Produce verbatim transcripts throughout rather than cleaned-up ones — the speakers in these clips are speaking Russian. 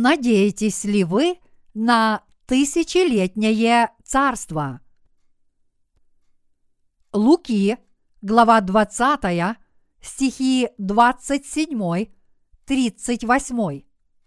Надеетесь ли вы на тысячелетнее царство? Луки, глава двадцатая, стихи двадцать семь тридцать восемь.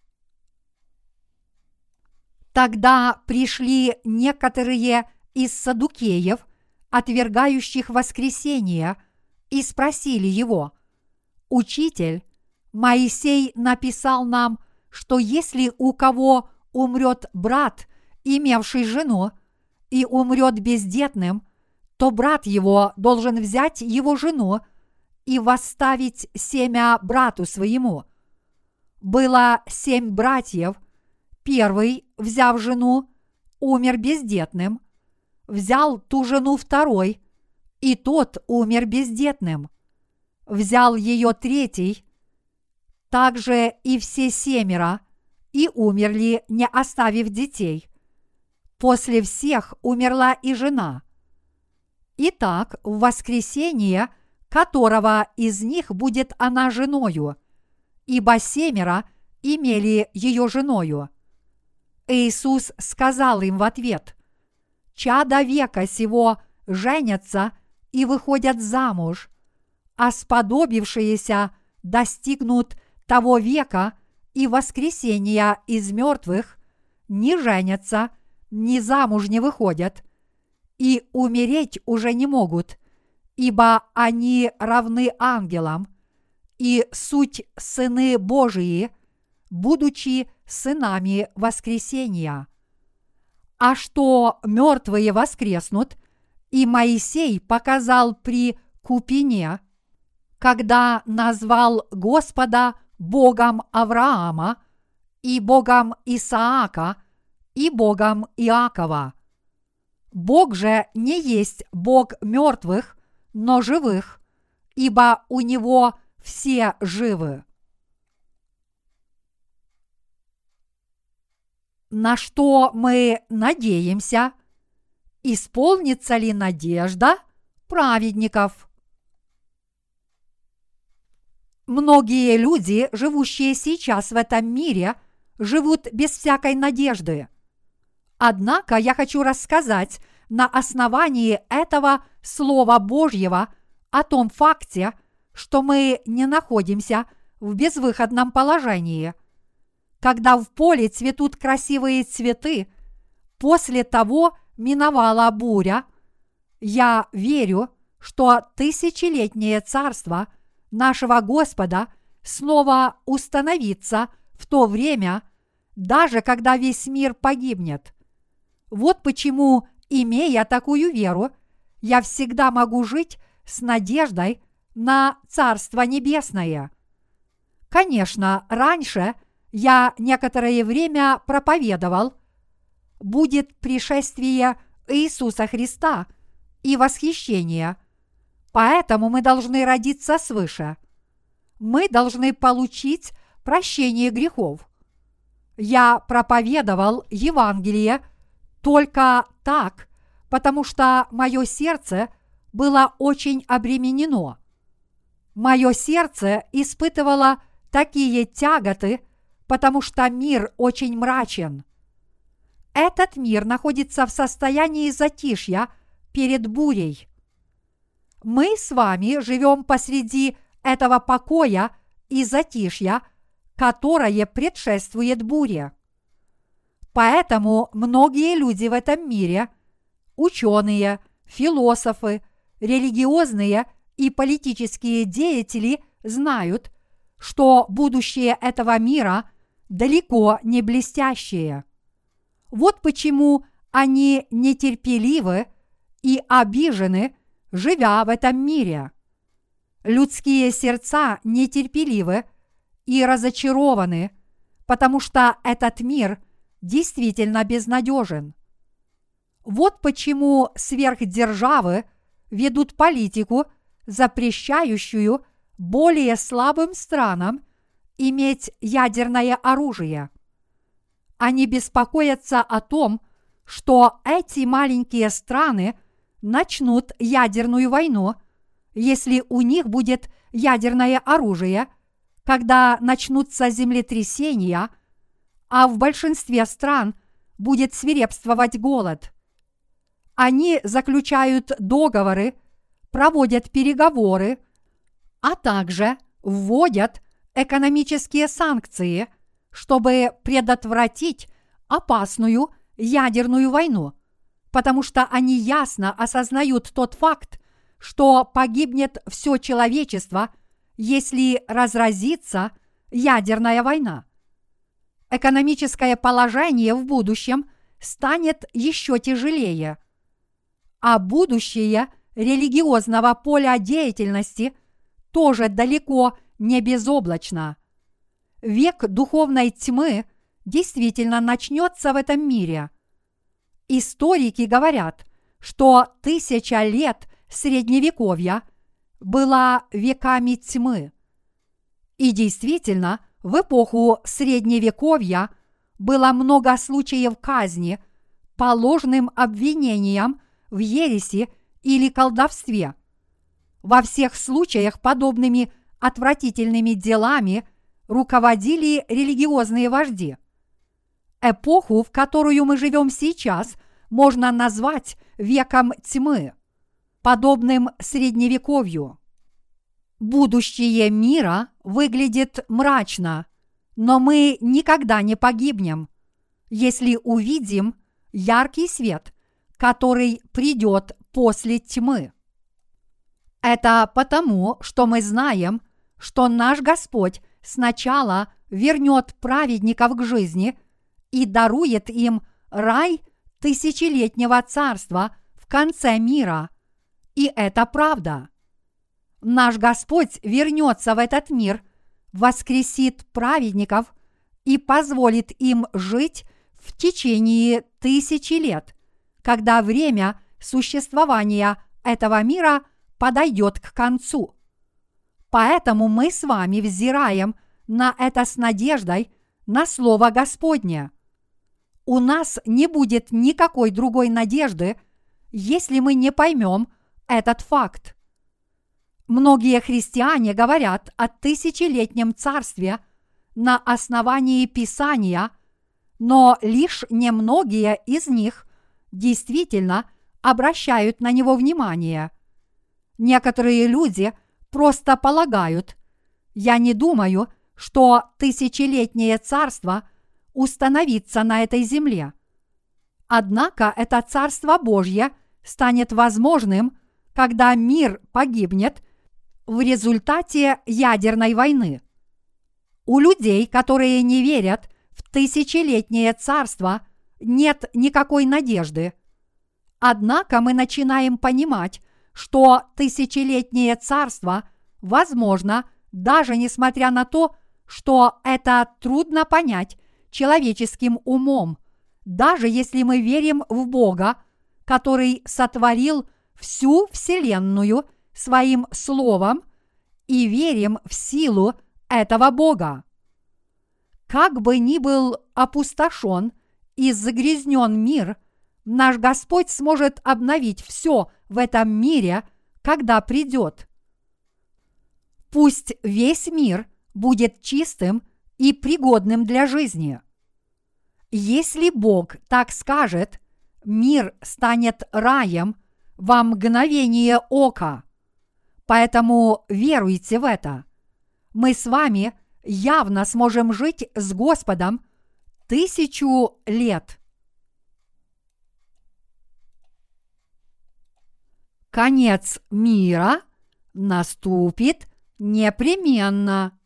Тогда пришли некоторые из саддукеев, отвергающих воскресение, и спросили его: «Учитель, Моисей написал нам, что если у кого умрет брат, имевший жену, и умрет бездетным, то брат его должен взять его жену и восставить семя брату своему. Было семь братьев, первый, взяв жену, умер бездетным, взял ту жену второй, и тот умер бездетным, взял ее третий, также и все семеро, и умерли, не оставив детей. После всех умерла и жена. Итак, в воскресение, которого из них будет она женою, ибо семеро имели ее женою. Иисус сказал им в ответ: «Чада века сего женятся и выходят замуж, а сподобившиеся достигнут того века и воскресения из мертвых ни женятся, ни замуж не выходят, и умереть уже не могут, ибо они равны ангелам, и суть сыны Божии, будучи сынами воскресения. А что мертвые воскреснут, и Моисей показал при Купине, когда назвал Господа Богом Авраама, и Богом Исаака, и Богом Иакова. Бог же не есть Бог мертвых, но живых, ибо у Него все живы». На что мы надеемся? Исполнится ли надежда праведников? Многие люди, живущие сейчас в этом мире, живут без всякой надежды. Однако я хочу рассказать на основании этого Слова Божьего о том факте, что мы не находимся в безвыходном положении. Когда в поле цветут красивые цветы, после того миновала буря, я верю, что тысячелетнее царство нашего Господа снова установится в то время, даже когда весь мир погибнет. Вот почему, имея такую веру, я всегда могу жить с надеждой на Царство Небесное. Конечно, раньше я некоторое время проповедовал: будет пришествие Иисуса Христа и восхищение, поэтому мы должны родиться свыше. Мы должны получить прощение грехов. Я проповедовал Евангелие только так, потому что мое сердце было очень обременено. Мое сердце испытывало такие тяготы, потому что мир очень мрачен. Этот мир находится в состоянии затишья перед бурей. Мы с вами живем посреди этого покоя и затишья, которое предшествует буре. Поэтому многие люди в этом мире, ученые, философы, религиозные и политические деятели, знают, что будущее этого мира далеко не блестящее. Вот почему они нетерпеливы и обижены, живя в этом мире. Людские сердца нетерпеливы и разочарованы, потому что этот мир действительно безнадежен. Вот почему сверхдержавы ведут политику, запрещающую более слабым странам иметь ядерное оружие. Они беспокоятся о том, что эти маленькие страны начнут ядерную войну, если у них будет ядерное оружие, когда начнутся землетрясения, а в большинстве стран будет свирепствовать голод. Они заключают договоры, проводят переговоры, а также вводят экономические санкции, чтобы предотвратить опасную ядерную войну, потому что они ясно осознают тот факт, что погибнет все человечество, если разразится ядерная война. Экономическое положение в будущем станет еще тяжелее, а будущее религиозного поля деятельности тоже далеко не безоблачно. Век духовной тьмы действительно начнется в этом мире. Историки говорят, что тысяча лет Средневековья была веками тьмы. И действительно, в эпоху Средневековья было много случаев казни по ложным обвинениям в ереси или колдовстве. Во всех случаях подобными отвратительными делами руководили религиозные вожди. Эпоху, в которую мы живем сейчас, можно назвать веком тьмы, подобным Средневековью. Будущее мира выглядит мрачно, но мы никогда не погибнем, если увидим яркий свет, который придет после тьмы. Это потому, что мы знаем, что наш Господь сначала вернет праведников к жизни и дарует им рай тысячелетнего царства в конце мира. И это правда. Наш Господь вернется в этот мир, воскресит праведников и позволит им жить в течение тысячи лет, когда время существования этого мира подойдет к концу. Поэтому мы с вами взираем на это с надеждой на Слово Господне. У нас не будет никакой другой надежды, если мы не поймем этот факт. Многие христиане говорят о тысячелетнем царстве на основании Писания, но лишь немногие из них действительно обращают на него внимание. Некоторые люди просто полагают: «Я не думаю, что тысячелетнее царство установится на этой земле». Однако это Царство Божье станет возможным, когда мир погибнет в результате ядерной войны. У людей, которые не верят в тысячелетнее царство, нет никакой надежды. Однако мы начинаем понимать, что тысячелетнее царство возможно, даже несмотря на то, что это трудно понять человеческим умом, даже если мы верим в Бога, который сотворил всю Вселенную своим Словом, и верим в силу этого Бога. Как бы ни был опустошен и загрязнен мир, наш Господь сможет обновить все в этом мире, когда придет. Пусть весь мир будет чистым и пригодным для жизни. Если Бог так скажет, мир станет раем во мгновение ока. Поэтому веруйте в это. Мы с вами явно сможем жить с Господом тысячу лет. Конец мира наступит непременно.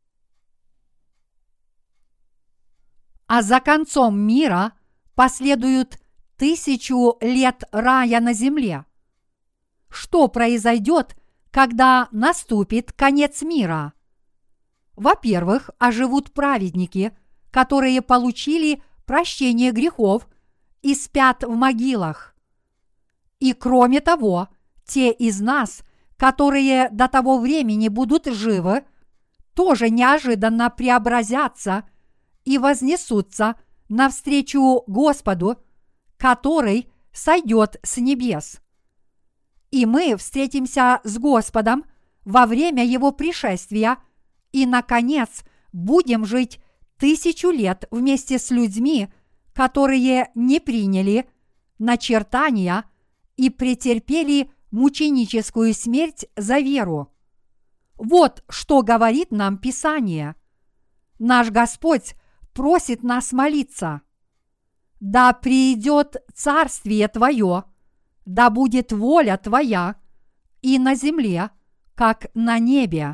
А за концом мира последуют тысячу лет рая на земле. Что произойдет, когда наступит конец мира? Во-первых, оживут праведники, которые получили прощение грехов и спят в могилах. И кроме того, те из нас, которые до того времени будут живы, тоже неожиданно преобразятся и вознесутся навстречу Господу, который сойдет с небес. И мы встретимся с Господом во время Его пришествия и, наконец, будем жить тысячу лет вместе с людьми, которые не приняли начертания и претерпели мученическую смерть за веру. Вот что говорит нам Писание. Наш Господь просит нас молиться: «Да придет царствие Твое, да будет воля Твоя и на земле, как на небе».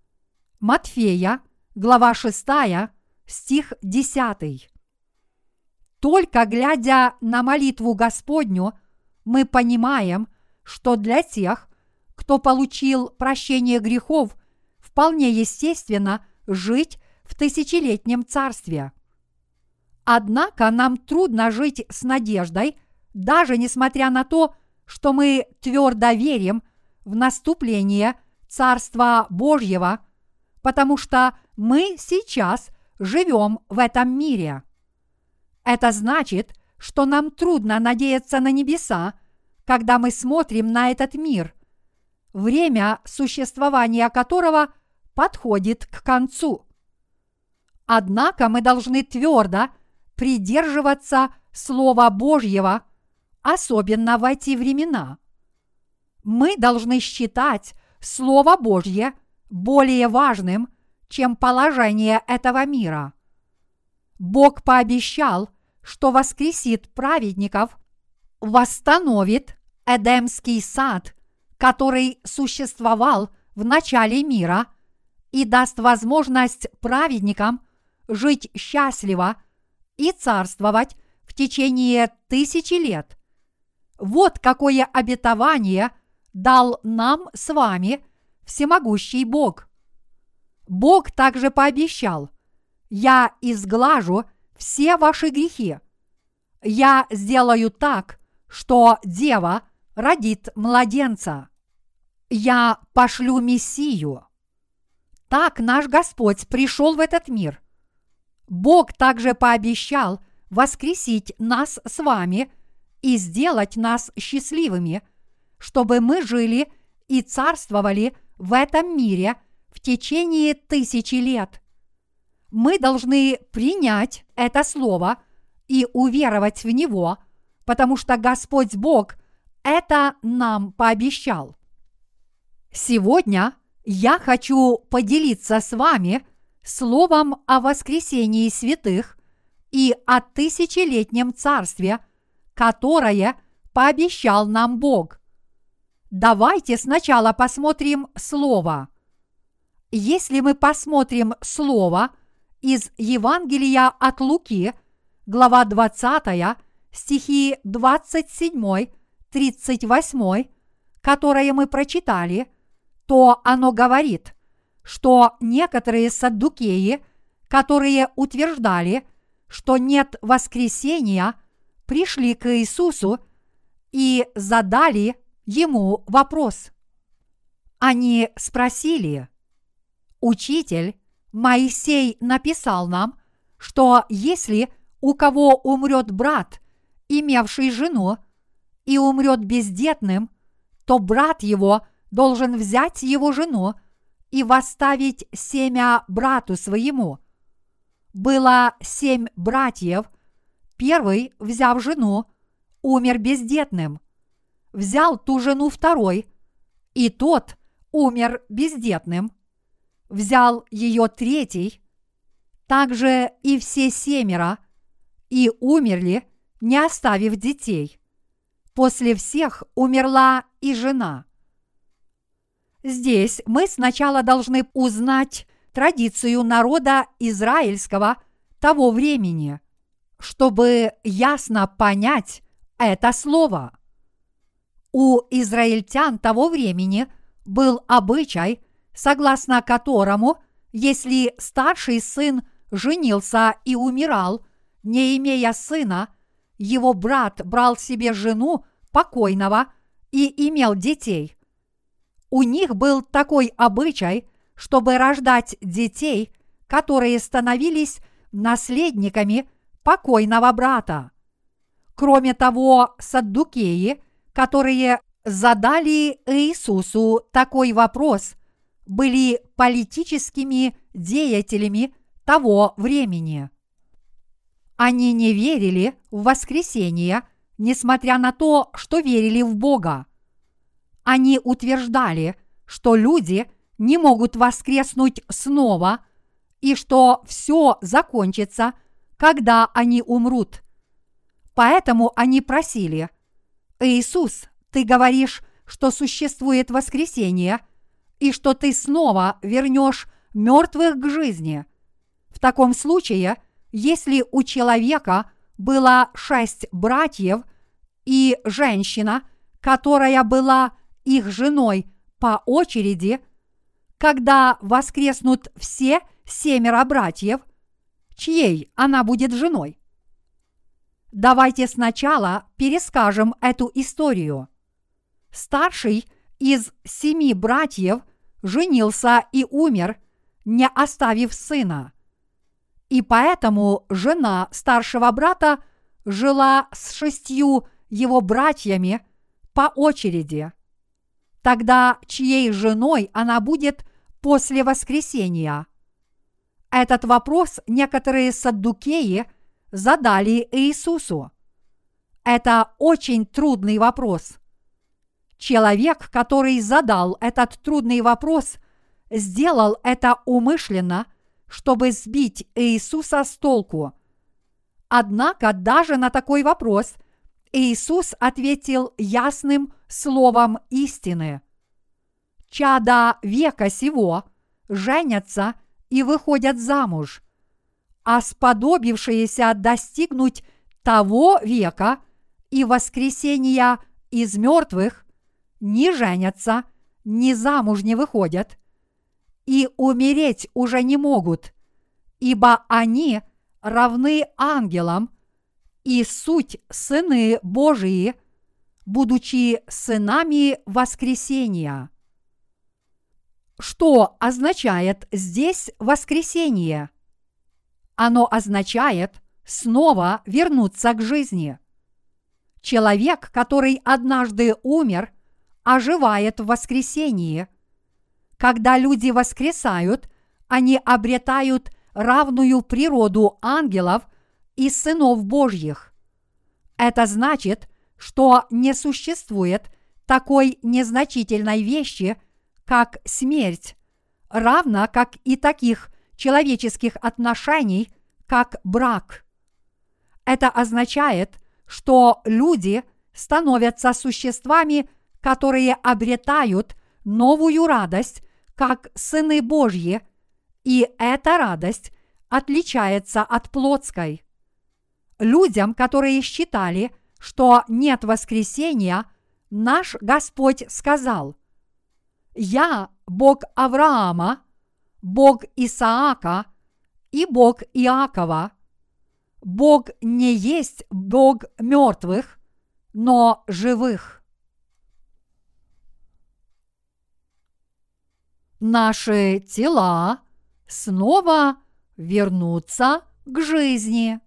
Матфея, глава шестая, стих десятый. Только глядя на молитву Господню, мы понимаем, что для тех, кто получил прощение грехов, вполне естественно жить в тысячелетнем царстве. Однако нам трудно жить с надеждой, даже несмотря на то, что мы твердо верим в наступление Царства Божьего, потому что мы сейчас живем в этом мире. Это значит, что нам трудно надеяться на небеса, когда мы смотрим на этот мир, время существования которого подходит к концу. Однако мы должны твердо придерживаться Слова Божьего, особенно в эти времена. Мы должны считать Слово Божье более важным, чем положение этого мира. Бог пообещал, что воскресит праведников, восстановит Эдемский сад, который существовал в начале мира, и даст возможность праведникам жить счастливо и царствовать в течение тысячи лет. Вот какое обетование дал нам с вами всемогущий Бог. Бог также пообещал: «Я изглажу все ваши грехи. Я сделаю так, что дева родит младенца. Я пошлю Мессию». Так наш Господь пришел в этот мир. Бог также пообещал воскресить нас с вами и сделать нас счастливыми, чтобы мы жили и царствовали в этом мире в течение тысячи лет. Мы должны принять это слово и уверовать в него, потому что Господь Бог это нам пообещал. Сегодня я хочу поделиться с вами словом о воскресении святых и о тысячелетнем царстве, которое пообещал нам Бог. Давайте сначала посмотрим слово. Если мы посмотрим слово из Евангелия от Луки, глава двадцатая, стихи двадцать семь - тридцать восемь, которое мы прочитали, то оно говорит, что некоторые саддукеи, которые утверждали, что нет воскресения, пришли к Иисусу и задали ему вопрос. Они спросили: «Учитель, Моисей написал нам, что если у кого умрет брат, имевший жену, и умрет бездетным, то брат его должен взять его жену и восставить семя брату своему. Было семь братьев. Первый, взяв жену, умер бездетным. Взял ту жену второй, и тот умер бездетным. Взял ее третий, также и все семеро, и умерли, не оставив детей. После всех умерла и жена». Здесь мы сначала должны узнать традицию народа израильского того времени, чтобы ясно понять это слово. У израильтян того времени был обычай, согласно которому, если старший сын женился и умирал, не имея сына, его брат брал себе жену покойного и имел детей. У них был такой обычай, чтобы рождать детей, которые становились наследниками покойного брата. Кроме того, саддукеи, которые задали Иисусу такой вопрос, были политическими деятелями того времени. Они не верили в воскресение, несмотря на то, что верили в Бога. Они утверждали, что люди не могут воскреснуть снова и что все закончится, когда они умрут. Поэтому они просили: «Иисус, ты говоришь, что существует воскресение и что ты снова вернешь мертвых к жизни. В таком случае, если у человека было шесть братьев и женщина, которая была их женой по очереди, когда воскреснут все семеро братьев, чьей она будет женой?» Давайте сначала перескажем эту историю. Старший из семи братьев женился и умер, не оставив сына. И поэтому жена старшего брата жила с шестью его братьями по очереди. Тогда чьей женой она будет после воскресения? Этот вопрос некоторые саддукеи задали Иисусу. Это очень трудный вопрос. Человек, который задал этот трудный вопрос, сделал это умышленно, чтобы сбить Иисуса с толку. Однако даже на такой вопрос Иисус ответил ясным словом истины. Чада века сего женятся и выходят замуж, а сподобившиеся достигнуть того века и воскресения из мертвых ни женятся, ни замуж не выходят, и умереть уже не могут, ибо они равны ангелам и суть сыны Божии, будучи сынами воскресения. Что означает здесь воскресение? Оно означает снова вернуться к жизни. Человек, который однажды умер, оживает в воскресении. Когда люди воскресают, они обретают равную природу ангелов и сынов Божьих. Это значит, что не существует такой незначительной вещи, как смерть, равно как и таких человеческих отношений, как брак. Это означает, что люди становятся существами, которые обретают новую радость, как сыны Божьи, и эта радость отличается от плотской. Людям, которые считали, что нет воскресения, наш Господь сказал: «Я Бог Авраама, Бог Исаака и Бог Иакова. Бог не есть Бог мертвых, но живых». Наши тела снова вернутся к жизни.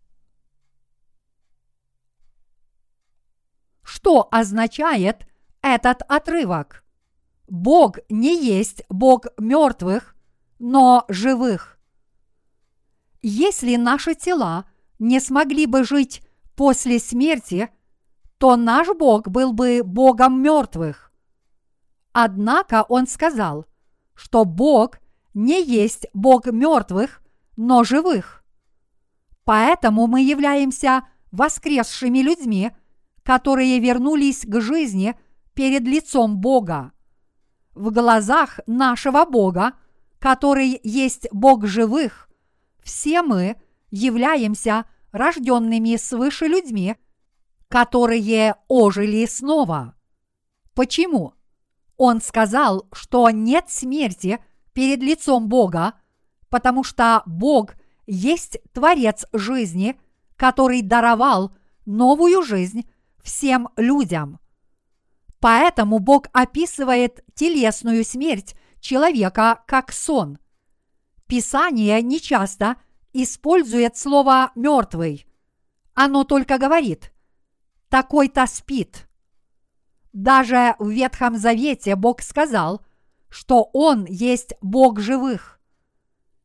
Что означает этот отрывок? Бог не есть Бог мертвых, но живых. Если наши тела не смогли бы жить после смерти, то наш Бог был бы Богом мертвых. Однако Он сказал, что Бог не есть Бог мертвых, но живых. Поэтому мы являемся воскресшими людьми, которые вернулись к жизни перед лицом Бога. В глазах нашего Бога, который есть Бог живых, все мы являемся рожденными свыше людьми, которые ожили снова. Почему? Он сказал, что нет смерти перед лицом Бога, потому что Бог есть Творец жизни, который даровал новую жизнь всем людям. Поэтому Бог описывает телесную смерть человека как сон. Писание нечасто использует слово «мертвый». Оно только говорит: «такой-то спит». Даже в Ветхом Завете Бог сказал, что Он есть Бог живых.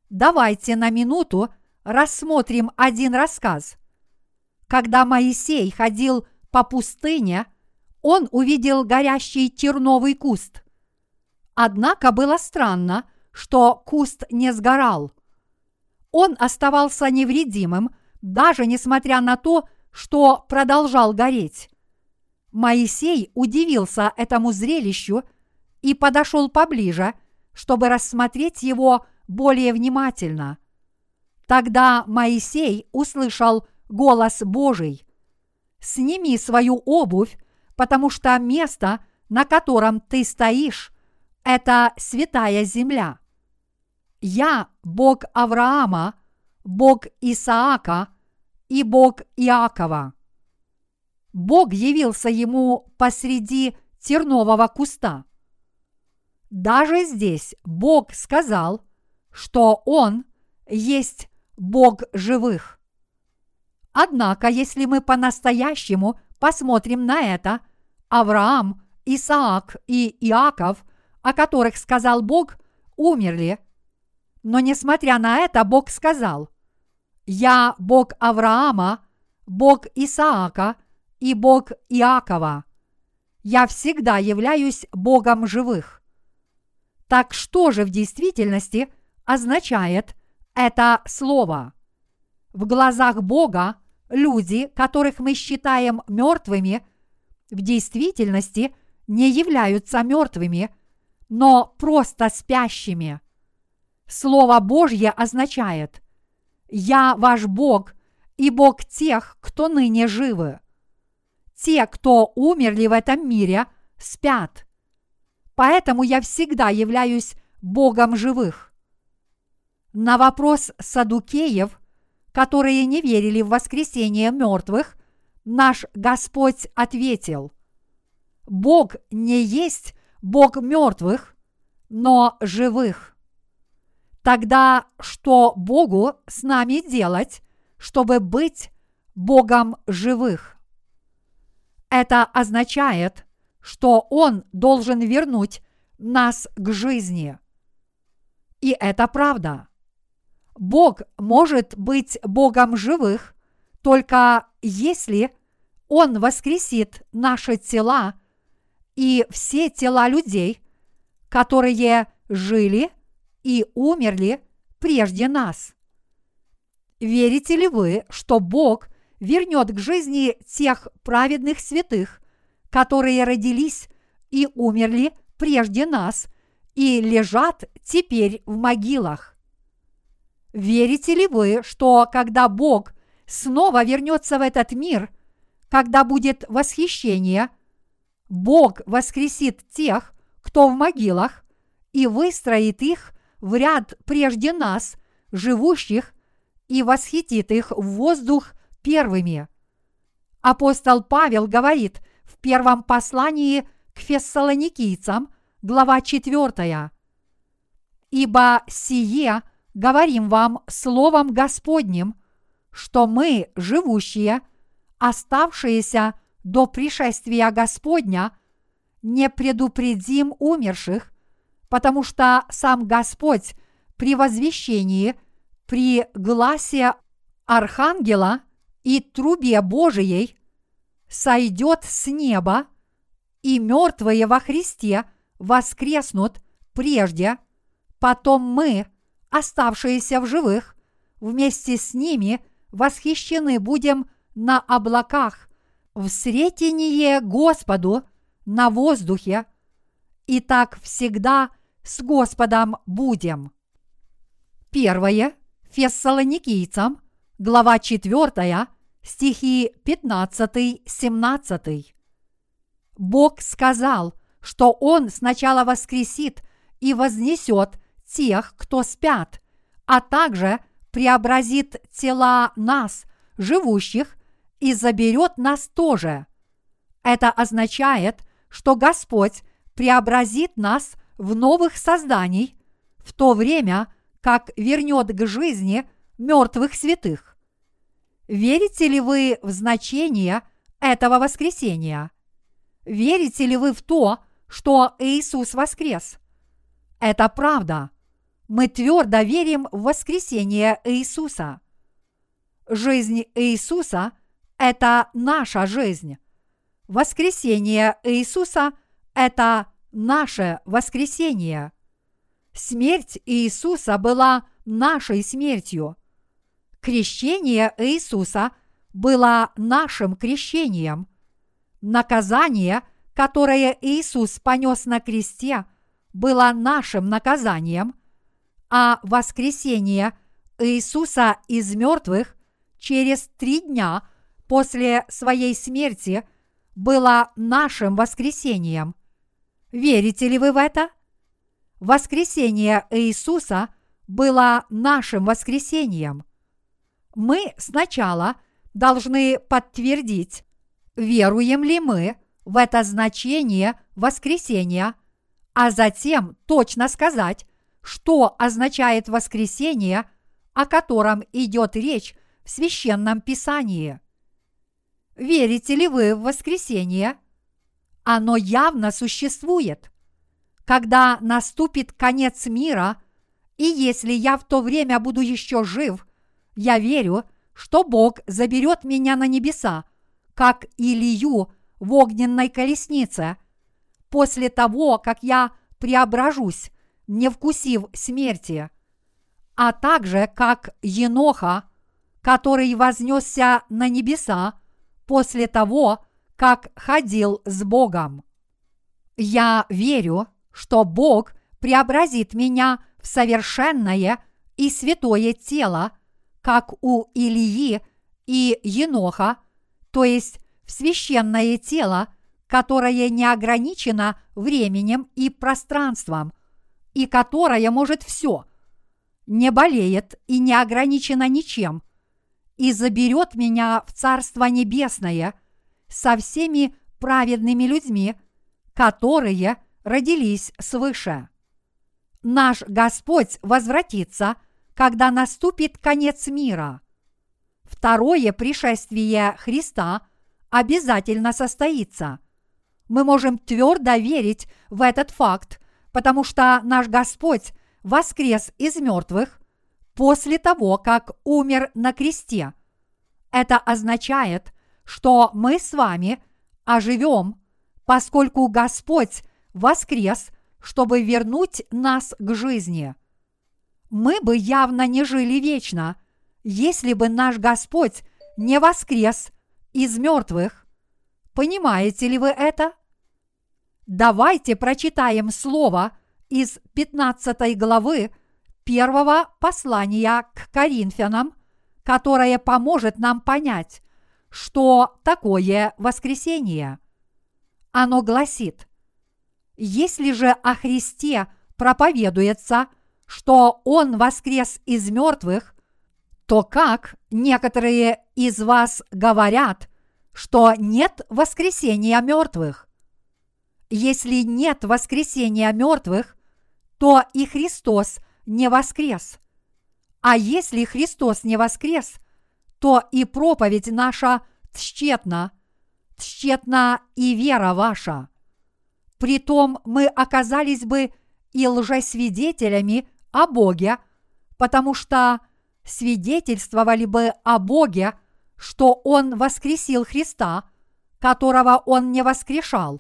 Давайте на минуту рассмотрим один рассказ. Когда Моисей ходил по пустыне, он увидел горящий терновый куст. Однако было странно, что куст не сгорал. Он оставался невредимым, даже несмотря на то, что продолжал гореть. Моисей удивился этому зрелищу и подошел поближе, чтобы рассмотреть его более внимательно. Тогда Моисей услышал голос Божий: «Сними свою обувь, потому что место, на котором ты стоишь, это святая земля. Я Бог Авраама, Бог Исаака и Бог Иакова». Бог явился ему посреди тернового куста. Даже здесь Бог сказал, что Он есть Бог живых. Однако, если мы по-настоящему посмотрим на это, Авраам, Исаак и Иаков, о которых сказал Бог, умерли. Но несмотря на это, Бог сказал: «Я Бог Авраама, Бог Исаака и Бог Иакова. Я всегда являюсь Богом живых». Так что же в действительности означает это слово? В глазах Бога люди, которых мы считаем мертвыми, в действительности не являются мертвыми, но просто спящими. Слово Божье означает: «Я ваш Бог и Бог тех, кто ныне живы». Те, кто умерли в этом мире, спят. Поэтому я всегда являюсь Богом живых. На вопрос саддукеев, которые не верили в воскресение мертвых, наш Господь ответил: «Бог не есть Бог мертвых, но живых». Тогда что Богу с нами делать, чтобы быть Богом живых? Это означает, что Он должен вернуть нас к жизни. И это правда. Бог может быть Богом живых только если Он воскресит наши тела и все тела людей, которые жили и умерли прежде нас. Верите ли вы, что Бог вернет к жизни тех праведных святых, которые родились и умерли прежде нас и лежат теперь в могилах? Верите ли вы, что когда Бог снова вернется в этот мир, когда будет восхищение, Бог воскресит тех, кто в могилах, и выстроит их в ряд прежде нас, живущих, и восхитит их в воздух первыми? Апостол Павел говорит в первом послании к фессалоникийцам, глава четвертая: «Ибо сие говорим вам словом Господним, что мы, живущие, оставшиеся до пришествия Господня, не предупредим умерших, потому что сам Господь при возвещении, при гласе архангела и трубе Божией сойдет с неба, и мертвые во Христе воскреснут прежде, потом мы, оставшиеся в живых, вместе с ними восхищены будем на облаках в сретение Господу на воздухе, и так всегда с Господом будем». Первое Фессалоникийцам, глава четвертая, стихи пятнадцатый-семнадцатый. Бог сказал, что Он сначала воскресит и вознесет тех, кто спят, а также преобразит тела нас, живущих, и заберет нас тоже. Это означает, что Господь преобразит нас в новых созданий, в то время как вернет к жизни мертвых святых. Верите ли вы в значение этого воскресения? Верите ли вы в то, что Иисус воскрес? Это правда. мы твердо верим в воскресение Иисуса. Жизнь Иисуса – это наша жизнь. Воскресение Иисуса – это наше воскресение. Смерть Иисуса была нашей смертью. Крещение Иисуса было нашим крещением. Наказание, которое Иисус понес на кресте, было нашим наказанием, а воскресение Иисуса из мертвых через три дня после своей смерти было нашим воскресением. Верите ли вы в это? Воскресение Иисуса было нашим воскресением. Мы сначала должны подтвердить, веруем ли мы в это значение воскресения, а затем точно сказать, что означает воскресение, о котором идет речь в Священном Писании. Верите ли вы в воскресение? Оно явно существует. Когда наступит конец мира, и если я в то время буду еще жив, я верю, что Бог заберет меня на небеса, как Илию в огненной колеснице, после того, как я преображусь, не вкусив смерти, а также как Еноха, который вознесся на небеса после того, как ходил с Богом. Я верю, что Бог преобразит меня в совершенное и святое тело, как у Илии и Еноха, то есть в священное тело, которое не ограничено временем и пространством, и которое может все, не болеет и не ограничено ничем, и заберет меня в Царство Небесное со всеми праведными людьми, которые родились свыше. Наш Господь возвратится, когда наступит конец мира. Второе пришествие Христа обязательно состоится. Мы можем твердо верить в этот факт, потому что наш Господь воскрес из мертвых после того, как умер на кресте. Это означает, что мы с вами оживем, поскольку Господь воскрес, чтобы вернуть нас к жизни. Мы бы явно не жили вечно, если бы наш Господь не воскрес из мертвых. Понимаете ли вы это? Давайте прочитаем слово из пятнадцатой главы первого послания к Коринфянам, которое поможет нам понять, что такое воскресение. Оно гласит: «Если же о Христе проповедуется, что Он воскрес из мертвых, то как некоторые из вас говорят, что нет воскресения мертвых? Если нет воскресения мертвых, то и Христос не воскрес. А если Христос не воскрес, то и проповедь наша тщетна, тщетна и вера ваша. Притом мы оказались бы и лжесвидетелями о Боге, потому что свидетельствовали бы о Боге, что Он воскресил Христа, которого Он не воскрешал.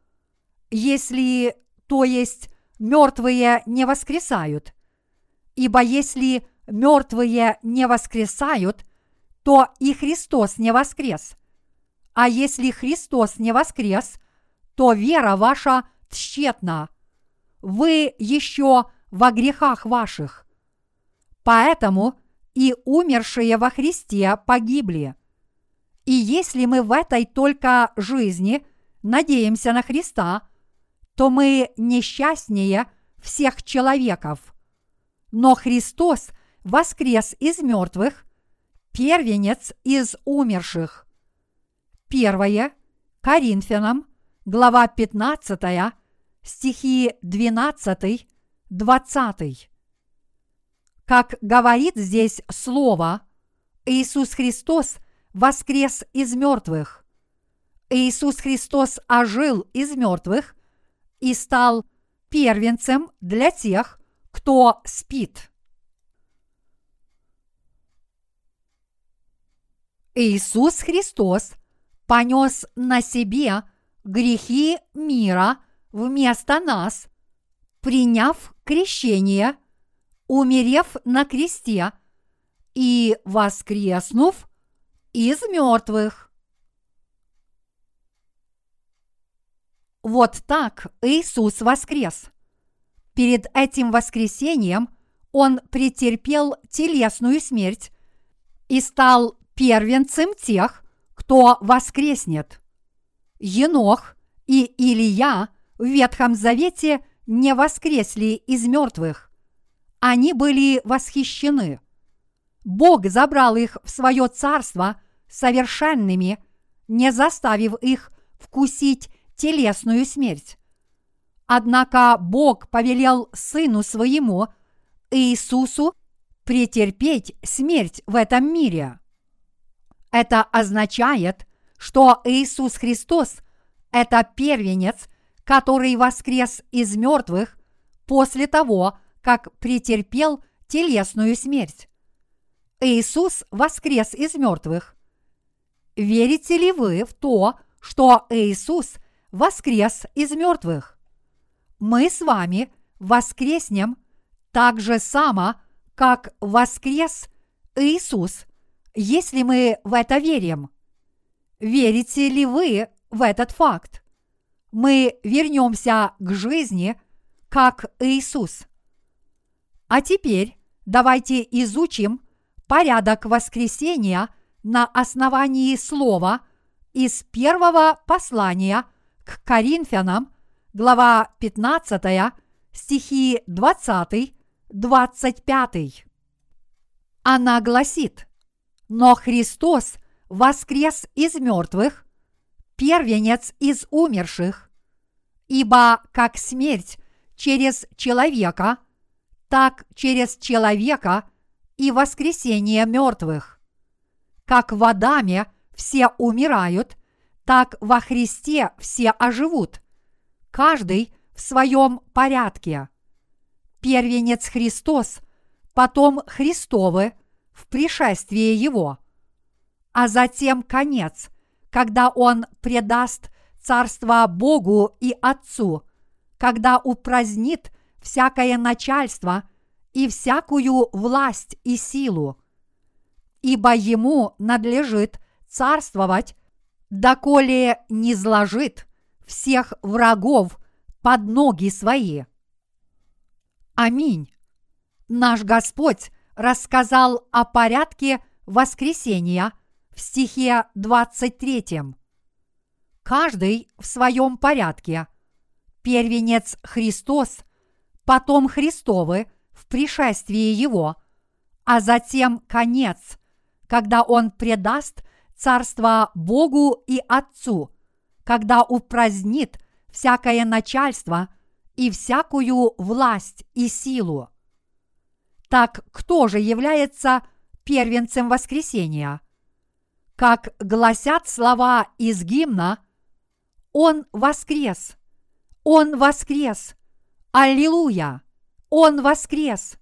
Если, то есть, мертвые не воскресают. Ибо если мертвые не воскресают, то и Христос не воскрес. А если Христос не воскрес, то вера ваша тщетна. Вы еще во грехах ваших. Поэтому и умершие во Христе погибли. И если мы в этой только жизни надеемся на Христа, то мы несчастнее всех человеков. Но Христос воскрес из мертвых, первенец из умерших». Первое Коринфянам, глава пятнадцатая, стихи двенадцатый, двадцатый. Как говорит здесь слово, Иисус Христос воскрес из мертвых. Иисус Христос ожил из мертвых и стал первенцем для тех, кто спит. Иисус Христос понес на себе грехи мира вместо нас, приняв крещение, умерев на кресте и воскреснув из мертвых. Вот так Иисус воскрес. Перед этим воскресением Он претерпел телесную смерть и стал первенцем тех, кто воскреснет. Енох и Илия в Ветхом Завете не воскресли из мертвых. Они были восхищены. Бог забрал их в свое царство совершенными, не заставив их вкусить телесную смерть. Однако Бог повелел Сыну Своему, Иисусу, претерпеть смерть в этом мире. Это означает, что Иисус Христос – это первенец, который воскрес из мертвых после того, как претерпел телесную смерть. Иисус воскрес из мертвых. Верите ли вы в то, что Иисус воскрес из мертвых? Мы с вами воскреснем так же само, как воскрес Иисус, если мы в это верим. Верите ли вы в этот факт? Мы вернемся к жизни, как Иисус. А теперь давайте изучим порядок воскресения на основании слова из первого послания к Коринфянам, глава пятнадцатая, стихи двадцатый-двадцать пятый. Она гласит: «Но Христос воскрес из мертвых, первенец из умерших, ибо как смерть через человека, так через человека и воскресение мертвых. Как в Адаме все умирают, так во Христе все оживут, каждый в своем порядке. Первенец Христос, потом Христовы в пришествии Его, а затем конец, когда Он предаст царство Богу и Отцу, когда упразднит всякое начальство и всякую власть и силу. Ибо Ему надлежит царствовать, доколе не зложит всех врагов под ноги свои». Аминь. Наш Господь рассказал о порядке воскресения в стихе двадцать третьем. Каждый в своем порядке. Первенец Христос, потом Христовы в пришествии Его, а затем конец, когда Он предаст царство Богу и Отцу, когда упразднит всякое начальство и всякую власть и силу. Так кто же является первенцем воскресения? Как гласят слова из гимна: «Он воскрес! Он воскрес! Аллилуйя! Он воскрес!»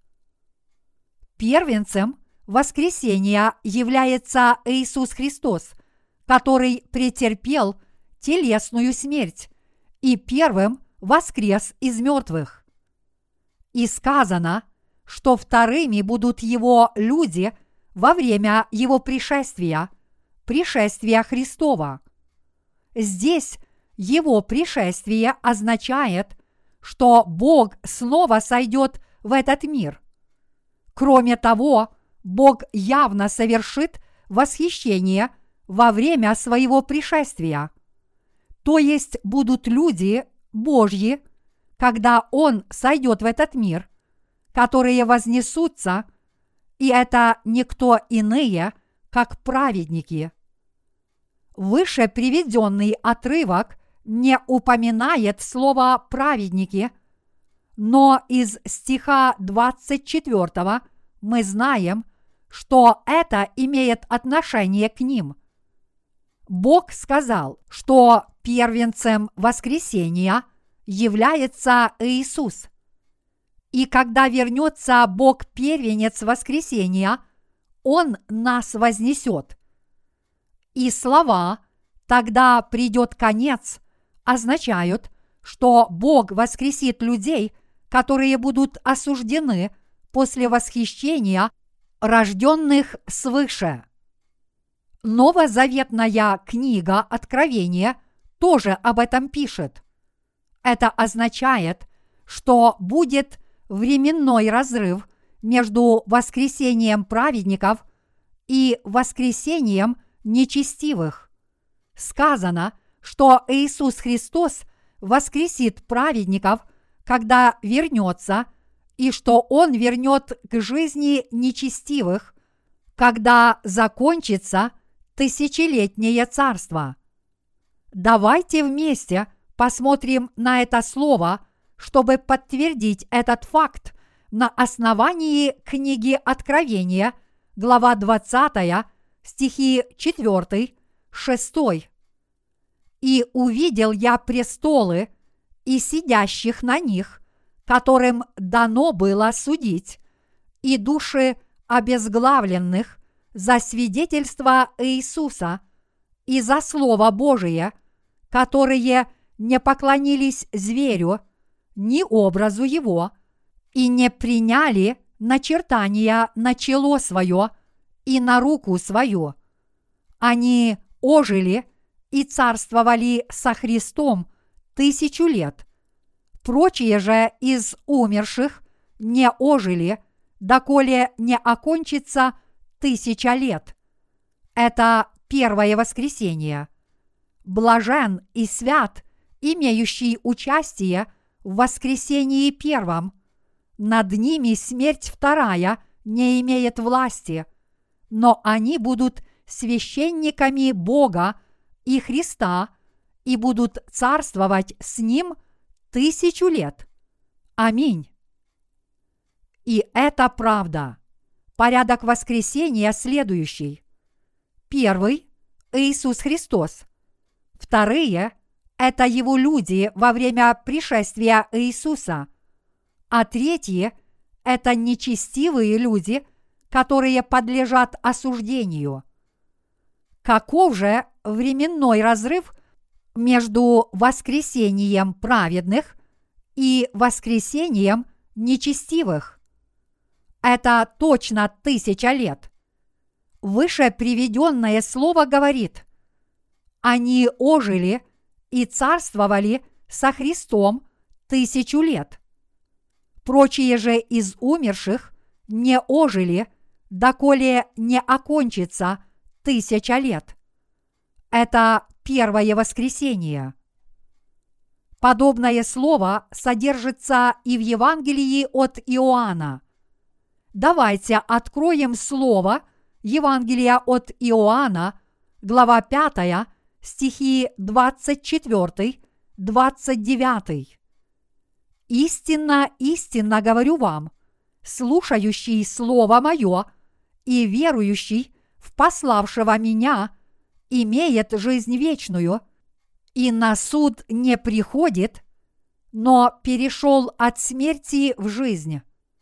Первенцем воскресения является Иисус Христос, который претерпел телесную смерть и первым воскрес из мертвых. И сказано, что вторыми будут Его люди во время Его пришествия, пришествия Христова. Здесь Его пришествие означает, что Бог снова сойдет в этот мир. Кроме того, Бог явно совершит восхищение во время своего пришествия. То есть будут люди Божьи, когда Он сойдет в этот мир, которые вознесутся, и это никто иные, как праведники. Выше приведенный отрывок не упоминает слово «праведники», но из стиха двадцать четвёртого мы знаем, что это имеет отношение к ним. Бог сказал, что первенцем воскресения является Иисус. И когда вернется Бог-первенец воскресения, Он нас вознесет. И слова «тогда придет конец» означают, что Бог воскресит людей, которые будут осуждены после восхищения рожденных свыше. Новозаветная книга Откровения тоже об этом пишет. Это означает, что будет временной разрыв между воскресением праведников и воскресением нечестивых. Сказано, что Иисус Христос воскресит праведников, когда вернется, и что Он вернет к жизни нечестивых, когда закончится тысячелетнее царство. Давайте вместе посмотрим на это слово, чтобы подтвердить этот факт на основании книги Откровения, глава двадцатая, стихи четыре, шесть. «И увидел я престолы и сидящих на них, которым дано было судить, и души обезглавленных за свидетельство Иисуса и за Слово Божие, которые не поклонились зверю, ни образу его, и не приняли начертания на чело свое и на руку свою. Они ожили и царствовали со Христом тысячу лет. Прочие же из умерших не ожили, доколе не окончится тысяча лет. Это первое воскресение. Блажен и свят, имеющий участие в воскресении первом. Над ними смерть вторая не имеет власти, но они будут священниками Бога и Христа и будут царствовать с Ним тысячу лет. Аминь. И это правда. Порядок воскресения следующий. Первый – Иисус Христос. Вторые – это Его люди во время пришествия Иисуса. А третьи – это нечестивые люди, которые подлежат осуждению. Каков же временной разрыв между воскресением праведных и воскресением нечестивых? Это точно тысяча лет. Выше приведенное слово говорит: они ожили и царствовали со Христом тысячу лет. Прочие же из умерших не ожили, доколе не окончится тысяча лет. Это первое воскресение. Подобное слово содержится и в Евангелии от Иоанна. Давайте откроем слово Евангелия от Иоанна, глава пятая, стихи двадцать четыре - двадцать девять. «Истинно, истинно говорю вам, слушающий Слово Мое и верующий в пославшего Меня имеет жизнь вечную, и на суд не приходит, но перешел от смерти в жизнь.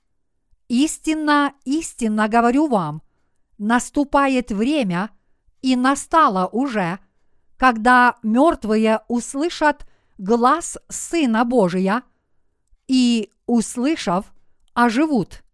Истинно, истинно говорю вам, наступает время, и настало уже, когда мертвые услышат глас Сына Божия, и, услышав, оживут.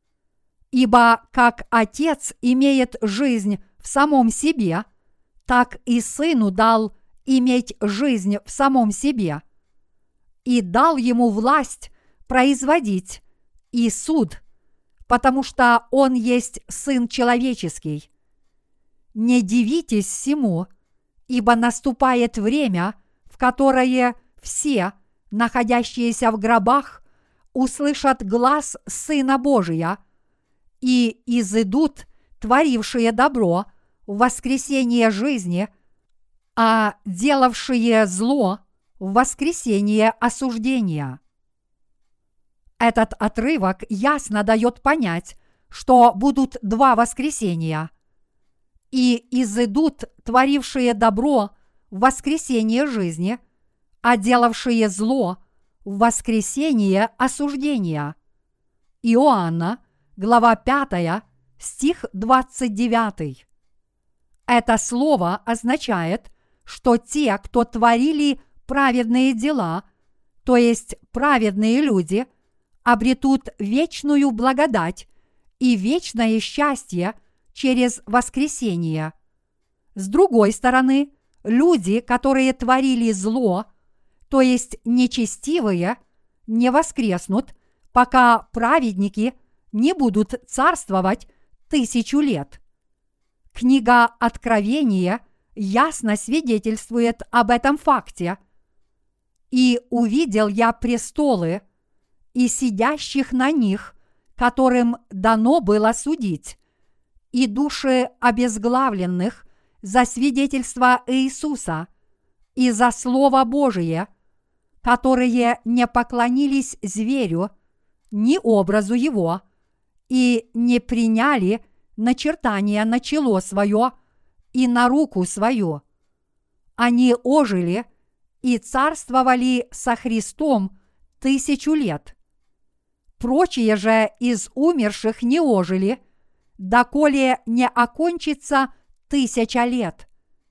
Ибо как Отец имеет жизнь в самом себе, так и Сыну дал иметь жизнь в самом себе, и дал ему власть производить и суд, потому что Он есть Сын Человеческий. Не дивитесь всему, ибо наступает время, в которое все, находящиеся в гробах, услышат глас Сына Божия, и изыдут творившие добро в воскресение жизни, а делавшие зло в воскресение осуждения». Этот отрывок ясно дает понять, что будут два воскресения. И изыдут творившие добро в воскресение жизни, а делавшие зло в воскресение осуждения. Иоанна, глава пятая, стих двадцать девятый. Это слово означает, что те, кто творили праведные дела, то есть праведные люди, обретут вечную благодать и вечное счастье через воскресение. С другой стороны, люди, которые творили зло, то есть нечестивые, не воскреснут, пока праведники не будут царствовать тысячу лет. Книга Откровения ясно свидетельствует об этом факте. «И увидел я престолы, и сидящих на них, которым дано было судить, и души обезглавленных за свидетельство Иисуса и за Слово Божие, которые не поклонились зверю, ни образу его, и не приняли начертания на чело свое и на руку свою. Они ожили и царствовали со Христом тысячу лет. Прочие же из умерших не ожили, доколе не окончится тысяча лет».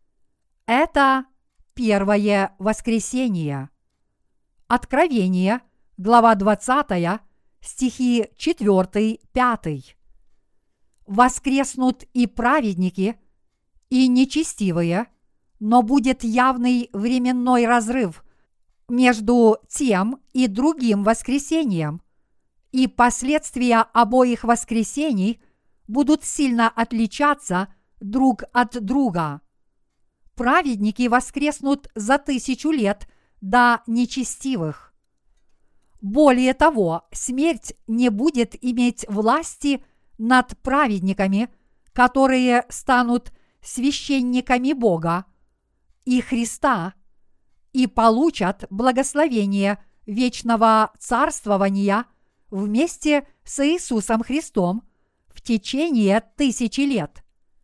Это первое воскресение. Откровение, глава двадцатая, стихи четыре-пять. «Воскреснут и праведники, и нечестивые, но будет явный временной разрыв между тем и другим воскресением, и последствия обоих воскресений будут сильно отличаться друг от друга. Праведники воскреснут за тысячу лет до нечестивых. Более того, смерть не будет иметь власти над праведниками, которые станут священниками Бога и Христа и получат благословение вечного царствования вместе с Иисусом Христом в течение тысячи лет.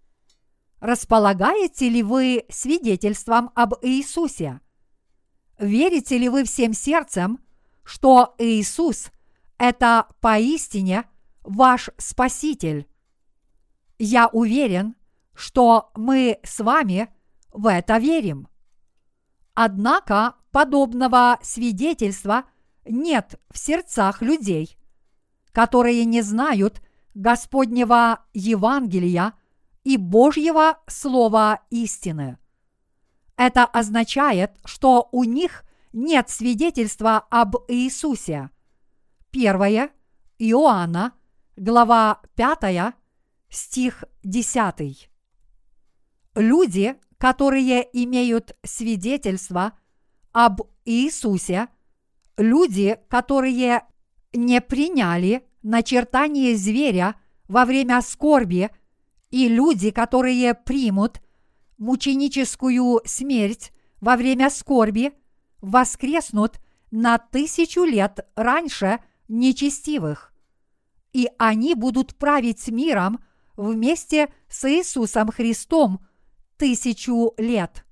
Располагаете ли вы свидетельством об Иисусе? Верите ли вы всем сердцем, что Иисус – это поистине ваш Спаситель? Я уверен, что мы с вами в это верим. Однако подобного свидетельства нет в сердцах людей, которые не знают Господнего Евангелия и Божьего Слова истины. Это означает, что у них нет свидетельства об Иисусе. Первое Иоанна, глава пятая, стих десятый. Люди, которые имеют свидетельство об Иисусе, люди, которые не приняли начертание зверя во время скорби, и люди, которые примут мученическую смерть во время скорби, воскреснут на тысячу лет раньше нечестивых, и они будут править миром вместе с Иисусом Христом тысячу лет.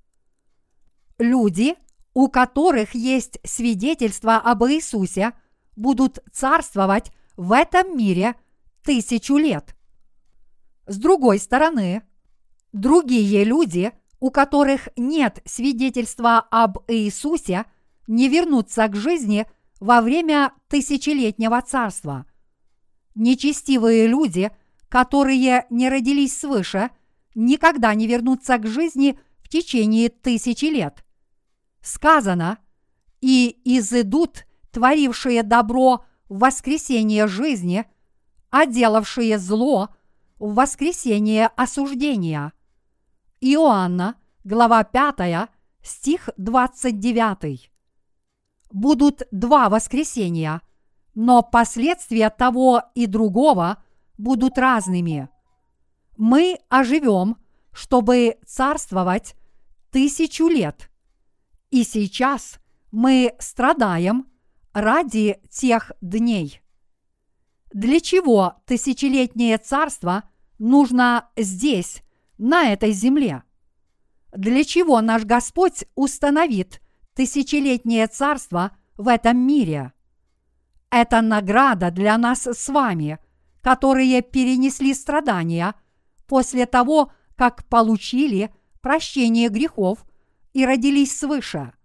Люди, у которых есть свидетельство об Иисусе, будут царствовать в этом мире тысячу лет. С другой стороны, другие люди, у которых нет свидетельства об Иисусе, не вернутся к жизни во время тысячелетнего царства. Нечестивые люди, которые не родились свыше, никогда не вернутся к жизни в течение тысячи лет. Сказано: «И изыдут творившие добро в воскресение жизни, а делавшие зло в воскресение осуждения». Иоанна, глава пятая, стих двадцать девятый. Будут два воскресения, но последствия того и другого будут разными. Мы оживем, чтобы царствовать тысячу лет, и сейчас мы страдаем ради тех дней. Для чего тысячелетнее царство нужно здесь, на этой земле? Для чего наш Господь установит тысячелетнее царство в этом мире? Это награда для нас с вами, которые перенесли страдания после того, как получили прощение грехов и родились свыше.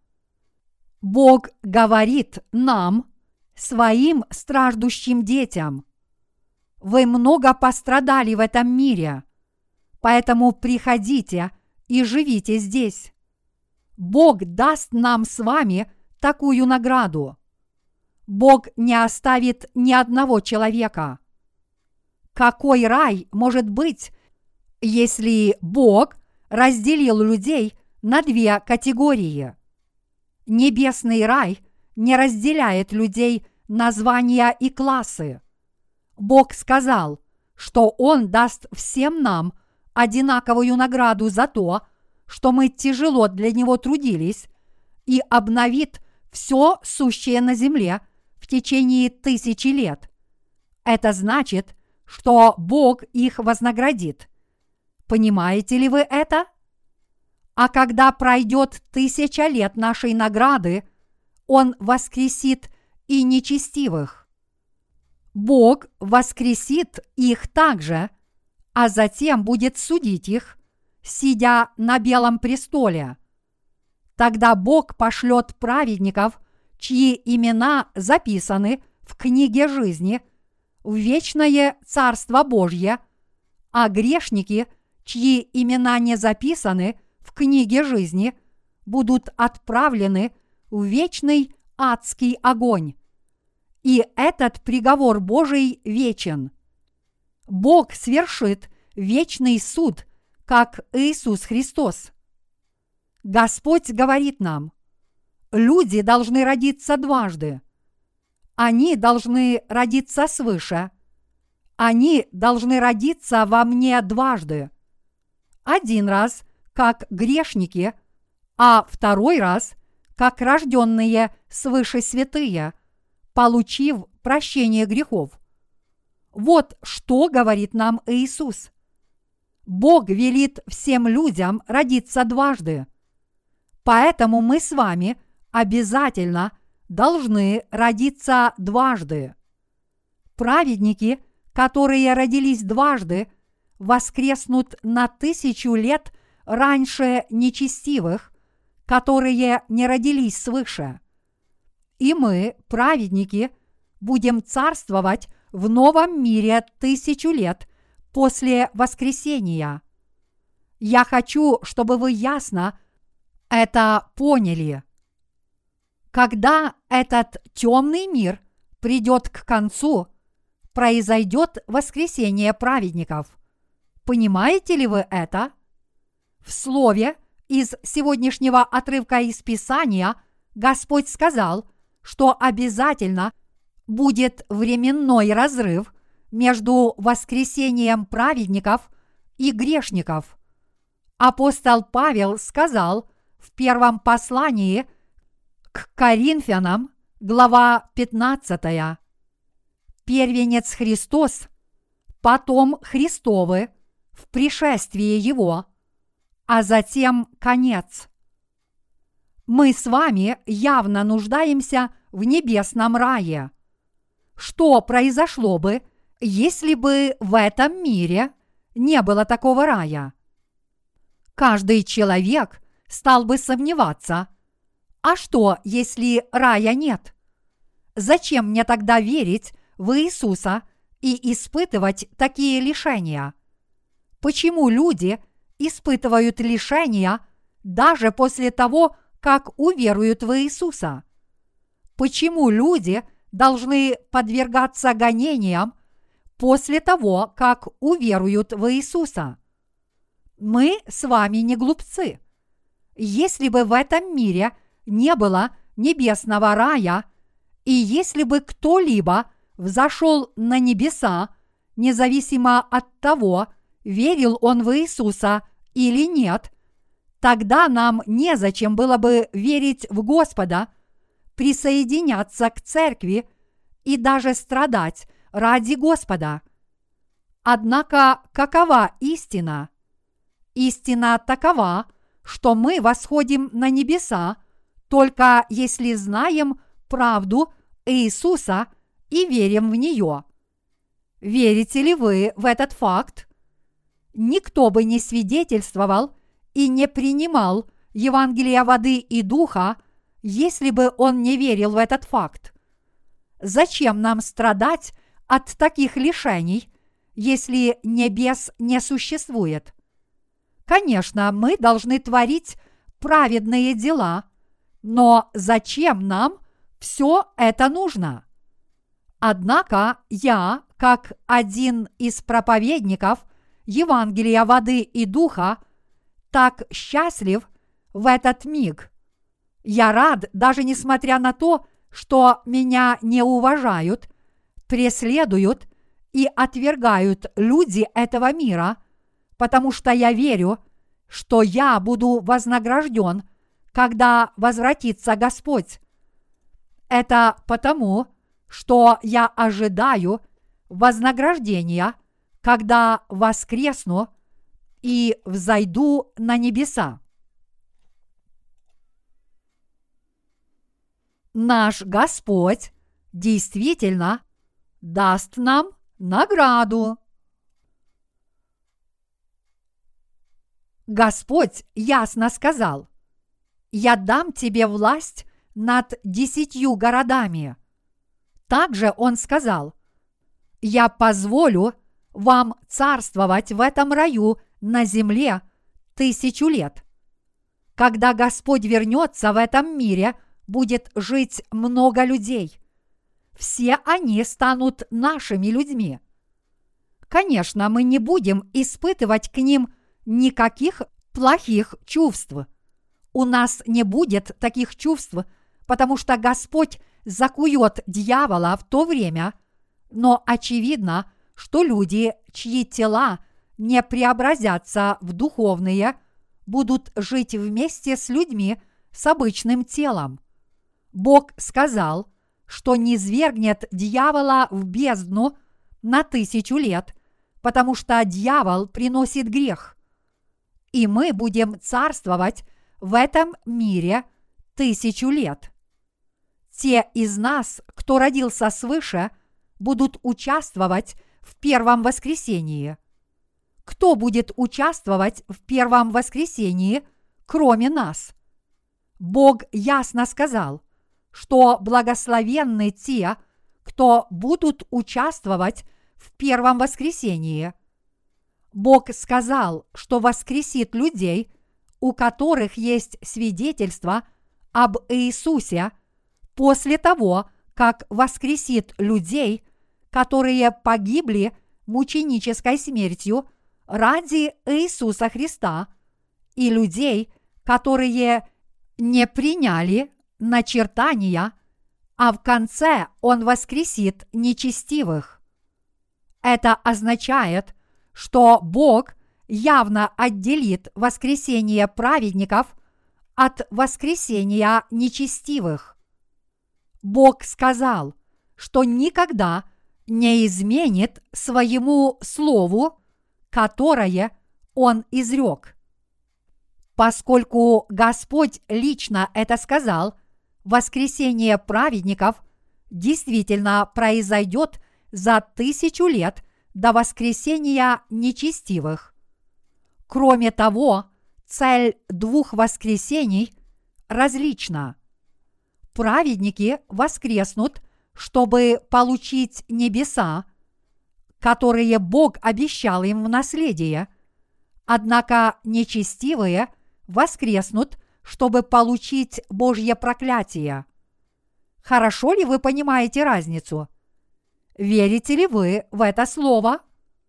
Бог говорит нам, своим страждущим детям: вы много пострадали в этом мире, поэтому приходите и живите здесь. Бог даст нам с вами такую награду. Бог не оставит ни одного человека. Какой рай может быть, если Бог разделил людей на две категории? Небесный рай не разделяет людей на звания и классы. Бог сказал, что Он даст всем нам одинаковую награду за то, что мы тяжело для Него трудились, и обновит все сущее на земле в течение тысячи лет. Это значит, что Бог их вознаградит. Понимаете ли вы это? А когда пройдет тысяча лет нашей награды, Он воскресит и нечестивых. Бог воскресит их также, а затем будет судить их, сидя на белом престоле. Тогда Бог пошлет праведников, чьи имена записаны в книге жизни, в вечное Царство Божье, а грешники, чьи имена не записаны в книге жизни, будут отправлены в вечный адский огонь. И этот приговор Божий вечен. Бог свершит вечный суд, как Иисус Христос. Господь говорит нам: люди должны родиться дважды. Они должны родиться свыше. Они должны родиться во мне дважды. Один раз, как грешники, а второй раз, как рожденные свыше святые, получив прощение грехов. Вот что говорит нам Иисус. Бог велит всем людям родиться дважды. Поэтому мы с вами обязательно должны родиться дважды. Праведники, которые родились дважды, воскреснут на тысячу лет раньше нечестивых, которые не родились свыше. И мы, праведники, будем царствовать в новом мире тысячу лет после воскресения. Я хочу, чтобы вы ясно это поняли. Когда этот темный мир придет к концу, произойдет воскресение праведников. Понимаете ли вы это? В слове из сегодняшнего отрывка из Писания Господь сказал, что обязательно будет временной разрыв между воскресением праведников и грешников. Апостол Павел сказал в первом послании к Коринфянам, глава пятнадцатая: «Первенец Христос, потом Христовы в пришествии Его, а затем конец». Мы с вами явно нуждаемся в небесном рае. Что произошло бы, если бы в этом мире не было такого рая? Каждый человек стал бы сомневаться: а что, если рая нет? Зачем мне тогда верить в Иисуса и испытывать такие лишения? Почему люди испытывают лишения даже после того, как уверуют в Иисуса? Почему люди должны подвергаться гонениям после того, как уверуют в Иисуса? Мы с вами не глупцы. Если бы в этом мире не было небесного рая, и если бы кто-либо взошел на небеса, независимо от того, верил он в Иисуса или нет, тогда нам незачем было бы верить в Господа, присоединяться к церкви и даже страдать ради Господа. Однако какова истина? Истина такова, что мы восходим на небеса только если знаем правду Иисуса и верим в нее. Верите ли вы в этот факт? Никто бы не свидетельствовал и не принимал Евангелия воды и духа, если бы он не верил в этот факт. Зачем нам страдать от таких лишений, если небес не существует? Конечно, мы должны творить праведные дела, но зачем нам все это нужно? Однако я, как один из проповедников Евангелия воды и духа, так счастлив в этот миг. Я рад, даже несмотря на то, что меня не уважают, преследуют и отвергают люди этого мира, потому что я верю, что я буду вознагражден, когда возвратится Господь. Это потому, что я ожидаю вознаграждения, когда воскресну и взойду на небеса. Наш Господь действительно даст нам награду. Господь ясно сказал: «Я дам тебе власть над десятью городами». Также Он сказал: «Я позволю вам царствовать в этом раю на земле тысячу лет». Когда Господь вернется в этом мире, будет жить много людей. Все они станут нашими людьми. Конечно, мы не будем испытывать к ним никаких плохих чувств. У нас не будет таких чувств, потому что Господь закует дьявола в то время, но очевидно, что люди, чьи тела не преобразятся в духовные, будут жить вместе с людьми с обычным телом. Бог сказал, что низвергнет дьявола в бездну на тысячу лет, потому что дьявол приносит грех. И мы будем царствовать в этом мире тысячу лет. Те из нас, кто родился свыше, будут участвовать в первом воскресении. Кто будет участвовать в первом воскресении, кроме нас? Бог ясно сказал, что благословенны те, кто будут участвовать в первом воскресении. Бог сказал, что воскресит людей, у которых есть свидетельство об Иисусе, после того, как воскресит людей, которые погибли мученической смертью ради Иисуса Христа, и людей, которые не приняли начертания, а в конце Он воскресит нечестивых. Это означает, что Бог явно отделит воскресение праведников от воскресения нечестивых. Бог сказал, что никогда не изменит своему слову, которое Он изрек. Поскольку Господь лично это сказал, воскресение праведников действительно произойдет за тысячу лет до воскресения нечестивых. Кроме того, цель двух воскресений различна. Праведники воскреснут, чтобы получить небеса, которые Бог обещал им в наследие, однако нечестивые воскреснут, чтобы получить Божье проклятие. Хорошо ли вы понимаете разницу? Верите ли вы в это слово?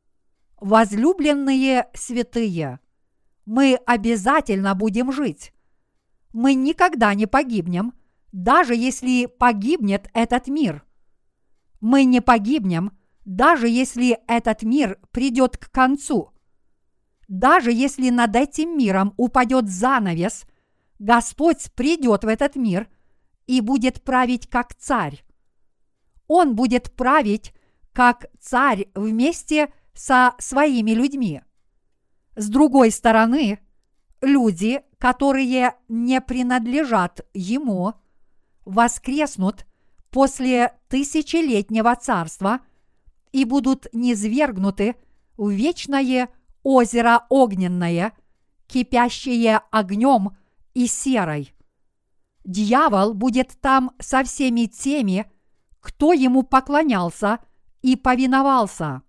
Возлюбленные святые, мы обязательно будем жить. Мы никогда не погибнем, даже если погибнет этот мир. Мы не погибнем, даже если этот мир придет к концу. Даже если над этим миром упадет занавес, Господь придет в этот мир и будет править как царь. Он будет править как царь вместе со своими людьми. С другой стороны, люди, которые не принадлежат Ему, воскреснут после тысячелетнего царства и будут низвергнуты в вечное озеро огненное, кипящее огнем и серой. Дьявол будет там со всеми теми, кто ему поклонялся и повиновался.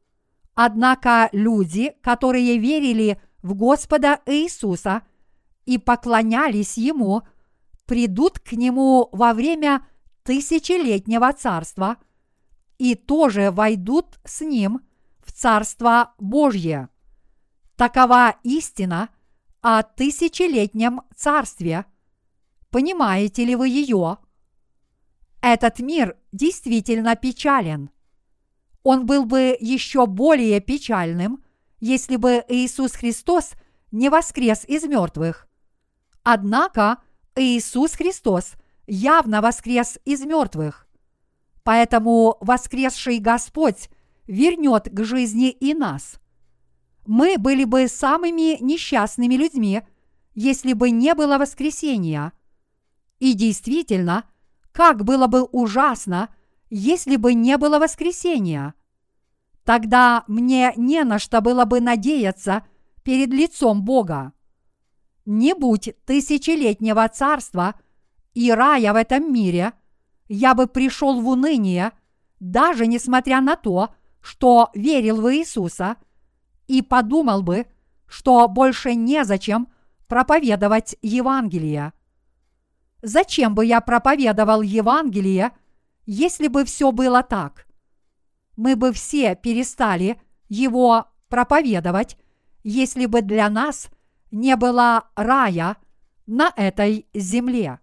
Однако люди, которые верили в Господа Иисуса и поклонялись Ему, придут к Нему во время тысячелетнего царства и тоже войдут с Ним в Царство Божье. Такова истина о тысячелетнем царстве. Понимаете ли вы ее? Этот мир действительно печален. Он был бы еще более печальным, если бы Иисус Христос не воскрес из мертвых. Однако Иисус Христос явно воскрес из мертвых. Поэтому воскресший Господь вернет к жизни и нас. Мы были бы самыми несчастными людьми, если бы не было воскресения. И действительно, как было бы ужасно, если бы не было воскресения. Тогда мне не на что было бы надеяться перед лицом Бога. Не будь тысячелетнего царства и рая в этом мире, я бы пришел в уныние, даже несмотря на то, что верил в Иисуса, и подумал бы, что больше незачем проповедовать Евангелие. Зачем бы я проповедовал Евангелие, если бы все было так? Мы бы все перестали его проповедовать, если бы для нас не было рая на этой земле.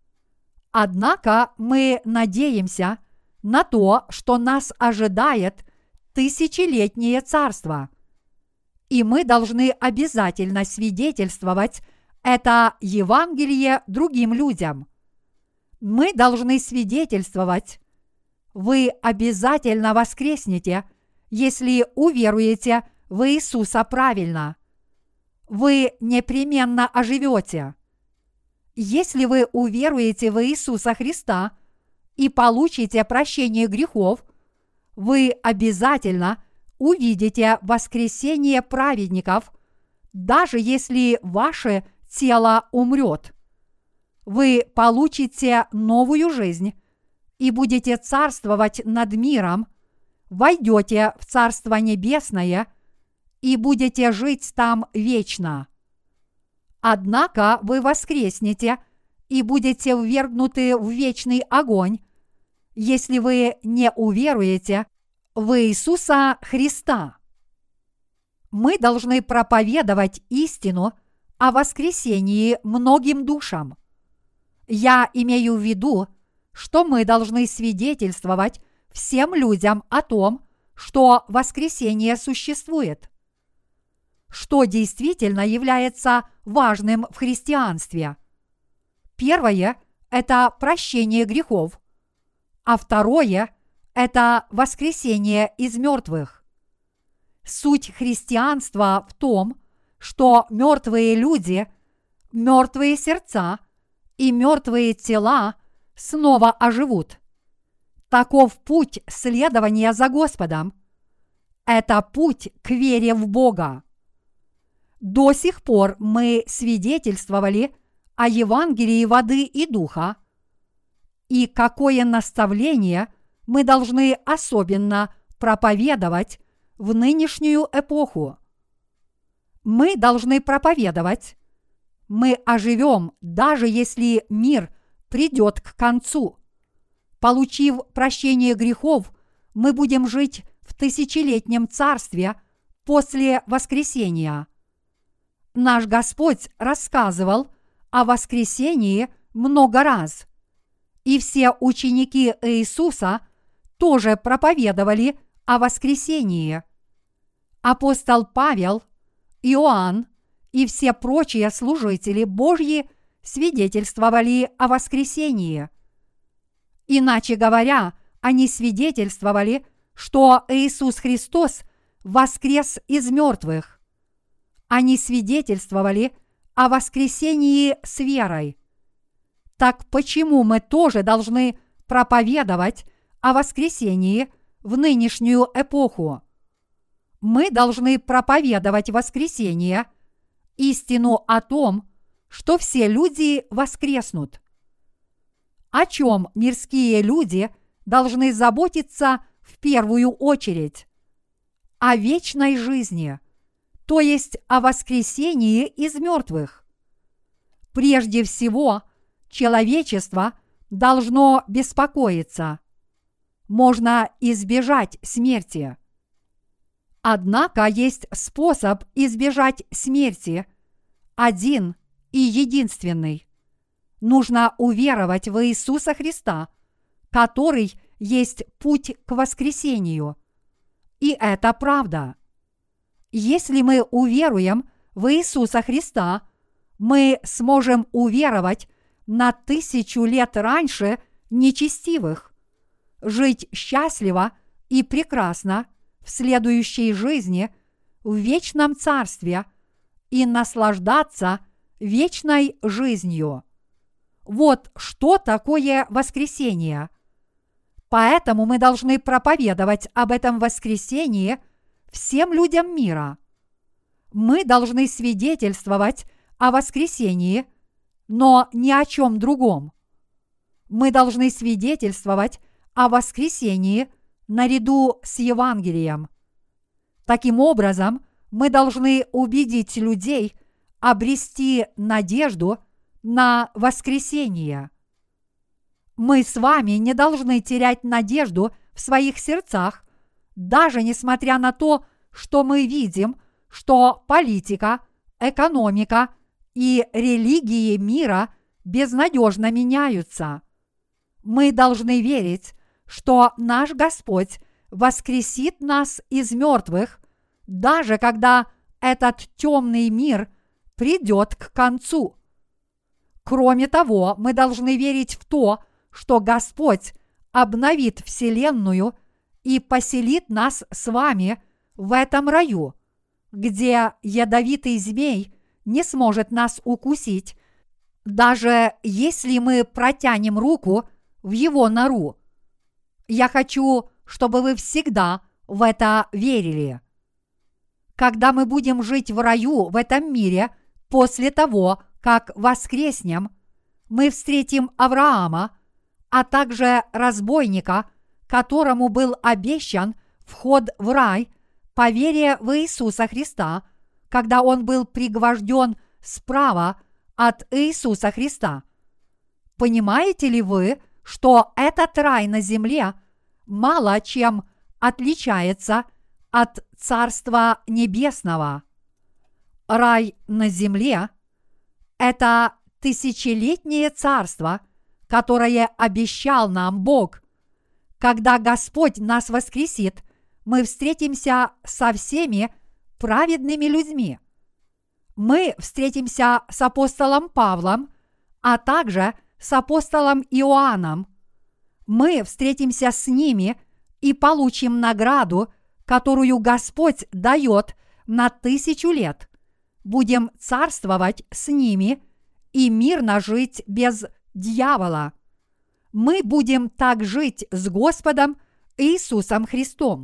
Однако мы надеемся на то, что нас ожидает тысячелетнее царство, и мы должны обязательно свидетельствовать это Евангелие другим людям. Мы должны свидетельствовать: вы обязательно воскреснете, если уверуете в Иисуса правильно. Вы непременно оживете. Если вы уверуете в Иисуса Христа и получите прощение грехов, вы обязательно увидите воскресение праведников, даже если ваше тело умрет. Вы получите новую жизнь и будете царствовать над миром, войдете в Царство Небесное и будете жить там вечно. Однако вы воскреснете и будете ввергнуты в вечный огонь, если вы не уверуете в Иисуса Христа. Мы должны проповедовать истину о воскресении многим душам. Я имею в виду, что мы должны свидетельствовать всем людям о том, что воскресение существует. Что действительно является важным в христианстве? Первое – это прощение грехов, а второе – это воскресение из мертвых. Суть христианства в том, что мертвые люди, мертвые сердца и мертвые тела снова оживут. Таков путь следования за Господом. Это путь к вере в Бога. До сих пор мы свидетельствовали о Евангелии воды и духа, и какое наставление мы должны особенно проповедовать в нынешнюю эпоху. Мы должны проповедовать: мы оживем, даже если мир придет к концу. Получив прощение грехов, мы будем жить в тысячелетнем царстве после воскресения. Наш Господь рассказывал о воскресении много раз, и все ученики Иисуса тоже проповедовали о воскресении. Апостол Павел, Иоанн и все прочие служители Божьи свидетельствовали о воскресении. Иначе говоря, они свидетельствовали, что Иисус Христос воскрес из мертвых. Они свидетельствовали о воскресении с верой. Так почему мы тоже должны проповедовать о воскресении в нынешнюю эпоху. Мы должны проповедовать воскресение, истину о том, что все люди воскреснут. О чем мирские люди должны заботиться в первую очередь? О вечной жизни, то есть о воскресении из мертвых. Прежде всего, человечество должно беспокоиться. Можно избежать смерти. Однако есть способ избежать смерти, один и единственный. Нужно уверовать в Иисуса Христа, который есть путь к воскресению. И это правда. Если мы уверуем в Иисуса Христа, мы сможем уверовать на тысячу лет раньше нечестивых, жить счастливо и прекрасно в следующей жизни в вечном царстве и наслаждаться вечной жизнью. Вот что такое воскресение. Поэтому мы должны проповедовать об этом воскресении всем людям мира. Мы должны свидетельствовать о воскресении, но ни о чем другом. Мы должны свидетельствовать о воскресении наряду с Евангелием. Таким образом, мы должны убедить людей обрести надежду на воскресение. Мы с вами не должны терять надежду в своих сердцах, даже несмотря на то, что мы видим, что политика, экономика и религии мира безнадежно меняются. Мы должны верить, что наш Господь воскресит нас из мертвых, даже когда этот темный мир придет к концу. Кроме того, мы должны верить в то, что Господь обновит Вселенную и поселит нас с вами в этом раю, где ядовитый змей не сможет нас укусить, даже если мы протянем руку в его нору. Я хочу, чтобы вы всегда в это верили. Когда мы будем жить в раю в этом мире после того, как воскреснем, мы встретим Авраама, а также разбойника, которому был обещан вход в рай по вере в Иисуса Христа, когда он был пригвожден справа от Иисуса Христа. Понимаете ли вы, что этот рай на земле мало чем отличается от Царства Небесного? Рай на земле – это тысячелетнее царство, которое обещал нам Бог. Когда Господь нас воскресит, мы встретимся со всеми праведными людьми. Мы встретимся с апостолом Павлом, а также с апостолом Иоанном. Мы встретимся с ними и получим награду, которую Господь дает на тысячу лет. Будем царствовать с ними и мирно жить без дьявола. Мы будем так жить с Господом Иисусом Христом.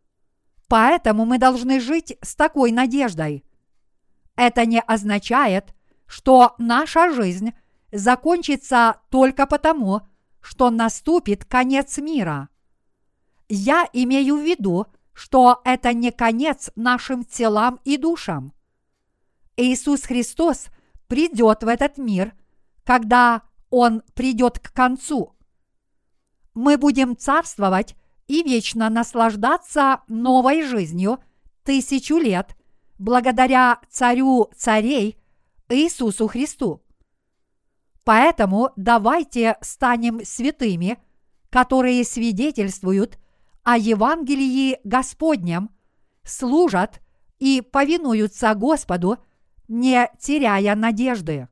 Поэтому мы должны жить с такой надеждой. Это не означает, что наша жизнь закончится только потому, что наступит конец мира. Я имею в виду, что это не конец нашим телам и душам. Иисус Христос придет в этот мир, когда Он придет к концу. Мы будем царствовать и вечно наслаждаться новой жизнью тысячу лет благодаря Царю царей Иисусу Христу. Поэтому давайте станем святыми, которые свидетельствуют о Евангелии Господнем, служат и повинуются Господу, не теряя надежды.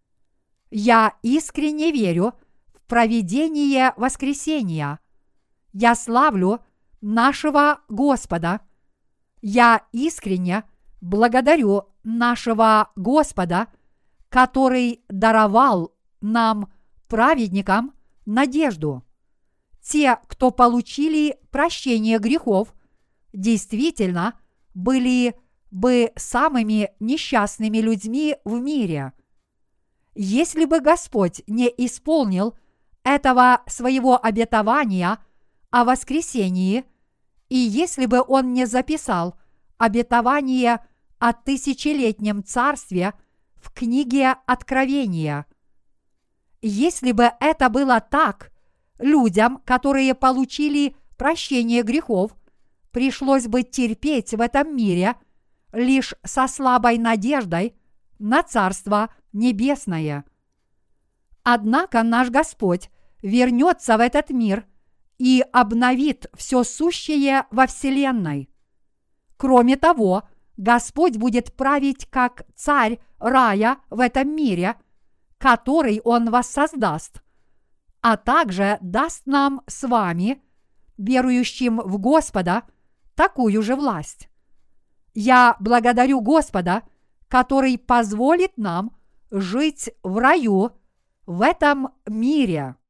Я искренне верю в провидение воскресения. Я славлю нашего Господа. Я искренне благодарю нашего Господа, который даровал нам, праведникам, надежду. те, кто получили прощение грехов, действительно были бы самыми несчастными людьми в мире. Если бы Господь не исполнил этого своего обетования о воскресении, и если бы Он не записал обетование о тысячелетнем царстве в книге Откровения, если бы это было так, людям, которые получили прощение грехов, пришлось бы терпеть в этом мире лишь со слабой надеждой на Царство Небесное. Однако наш Господь вернется в этот мир и обновит все сущее во Вселенной. Кроме того, Господь будет править как царь рая в этом мире, который Он воссоздаст, а также даст нам с вами, верующим в Господа, такую же власть. Я благодарю Господа, который позволит нам жить в раю в этом мире.